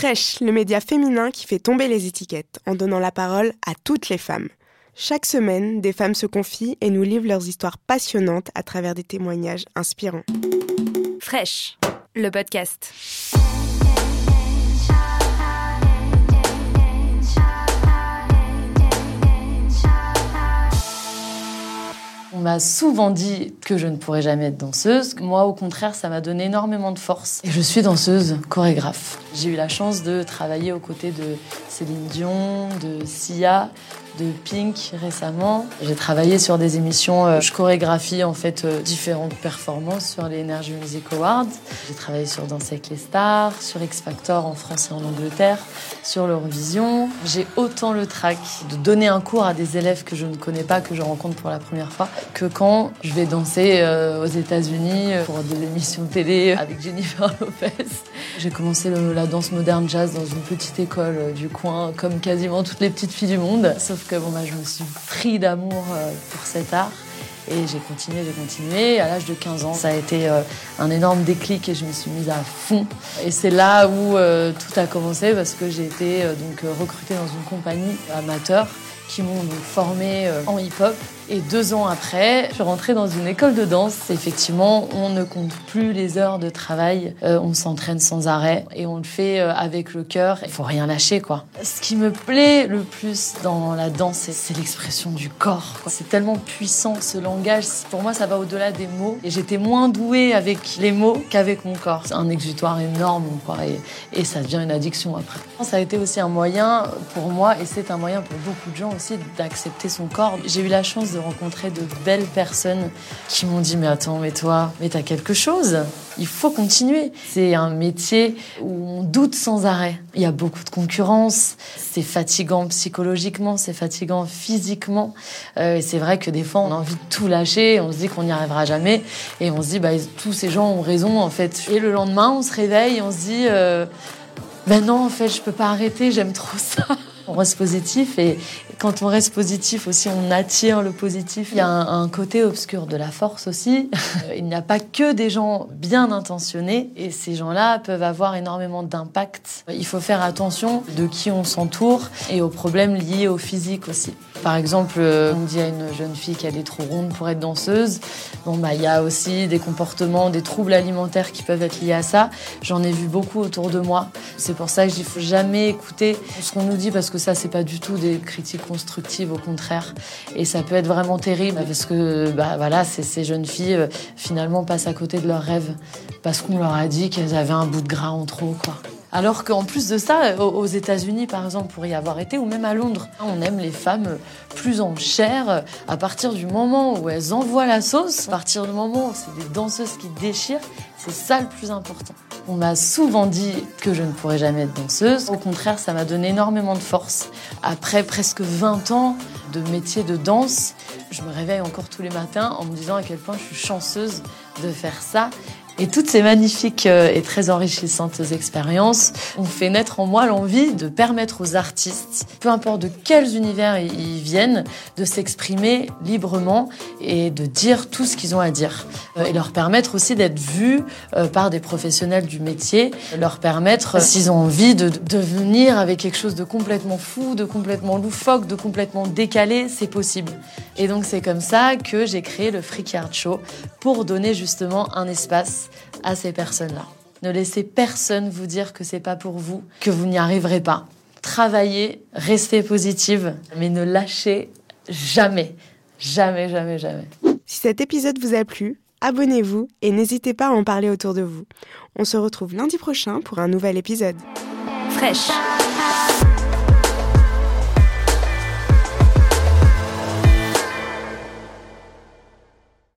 Fresh, le média féminin qui fait tomber les étiquettes en donnant la parole à toutes les femmes. Chaque semaine, des femmes se confient et nous livrent leurs histoires passionnantes à travers des témoignages inspirants. Fresh, le podcast. On m'a souvent dit que je ne pourrais jamais être danseuse. Moi, au contraire, ça m'a donné énormément de force. Et je suis danseuse, chorégraphe. J'ai eu la chance de travailler aux côtés de Céline Dion, de Sia, de Pink récemment. J'ai travaillé sur des émissions, je chorégraphie en fait différentes performances sur les Energy Music Awards. J'ai travaillé sur Danser avec les stars, sur X Factor en France et en Angleterre, sur l'Eurovision. J'ai autant le trac de donner un cours à des élèves que je ne connais pas, que je rencontre pour la première fois, que quand je vais danser aux États-Unis pour des émissions télé avec Jennifer Lopez. J'ai commencé la danse moderne jazz dans une petite école du coin, comme quasiment toutes les petites filles du monde. Sauf que je me suis pris d'amour pour cet art et j'ai continué. À l'âge de 15 ans, ça a été un énorme déclic et je me suis mise à fond. Et c'est là où tout a commencé parce que j'ai été recrutée dans une compagnie amateur qui m'ont formée en hip-hop. Et 2 ans après, je suis rentrée dans une école de danse. Effectivement, on ne compte plus les heures de travail. On s'entraîne sans arrêt et on le fait avec le cœur. Il faut rien lâcher, quoi. Ce qui me plaît le plus dans la danse, c'est l'expression du corps, quoi. C'est tellement puissant, ce langage. Pour moi, ça va au-delà des mots. Et j'étais moins douée avec les mots qu'avec mon corps. C'est un exutoire énorme, quoi. Et ça devient une addiction après. Ça a été aussi un moyen pour moi, et c'est un moyen pour beaucoup de gens aussi, d'accepter son corps. J'ai eu la chance de rencontrer de belles personnes qui m'ont dit « Mais attends, mais toi, mais t'as quelque chose, il faut continuer ». C'est un métier où on doute sans arrêt. Il y a beaucoup de concurrence, c'est fatigant psychologiquement, c'est fatigant physiquement. Et c'est vrai que des fois, on a envie de tout lâcher, on se dit qu'on n'y arrivera jamais. Et on se dit « Tous ces gens ont raison, en fait ». Et le lendemain, on se réveille et on se dit « Non, en fait, je peux pas arrêter, j'aime trop ça ». On reste positif et quand on reste positif aussi, on attire le positif. Il y a un côté obscur de la force aussi. Il n'y a pas que des gens bien intentionnés et ces gens-là peuvent avoir énormément d'impact. Il faut faire attention de qui on s'entoure et aux problèmes liés au physique aussi. Par exemple, on dit à une jeune fille qu'elle est trop ronde pour être danseuse. Il y a aussi des comportements, des troubles alimentaires qui peuvent être liés à ça. J'en ai vu beaucoup autour de moi. C'est pour ça que je dis qu'il ne faut jamais écouter ce qu'on nous dit parce que ça, c'est pas du tout des critiques constructives, au contraire. Et ça peut être vraiment terrible parce que ces jeunes filles, finalement, passent à côté de leurs rêves parce qu'on leur a dit qu'elles avaient un bout de gras en trop, quoi. Alors qu'en plus de ça, aux États-Unis, par exemple, pour y avoir été, ou même à Londres, on aime les femmes plus en chair à partir du moment où elles envoient la sauce, à partir du moment où c'est des danseuses qui déchirent, c'est ça le plus important. On m'a souvent dit que je ne pourrais jamais être danseuse. Au contraire, ça m'a donné énormément de force. Après presque 20 ans de métier de danse, je me réveille encore tous les matins en me disant à quel point je suis chanceuse de faire ça. Et toutes ces magnifiques et très enrichissantes expériences ont fait naître en moi l'envie de permettre aux artistes, peu importe de quels univers ils viennent, de s'exprimer librement et de dire tout ce qu'ils ont à dire. Et leur permettre aussi d'être vus par des professionnels du métier, leur permettre, s'ils ont envie, de venir avec quelque chose de complètement fou, de complètement loufoque, de complètement décalé, c'est possible. Et donc c'est comme ça que j'ai créé le Freaky Art Show pour donner justement un espace à ces personnes-là. Ne laissez personne vous dire que c'est pas pour vous, que vous n'y arriverez pas. Travaillez, restez positive, mais ne lâchez jamais. Jamais, jamais, jamais. Si cet épisode vous a plu, abonnez-vous et n'hésitez pas à en parler autour de vous. On se retrouve lundi prochain pour un nouvel épisode. Fresh.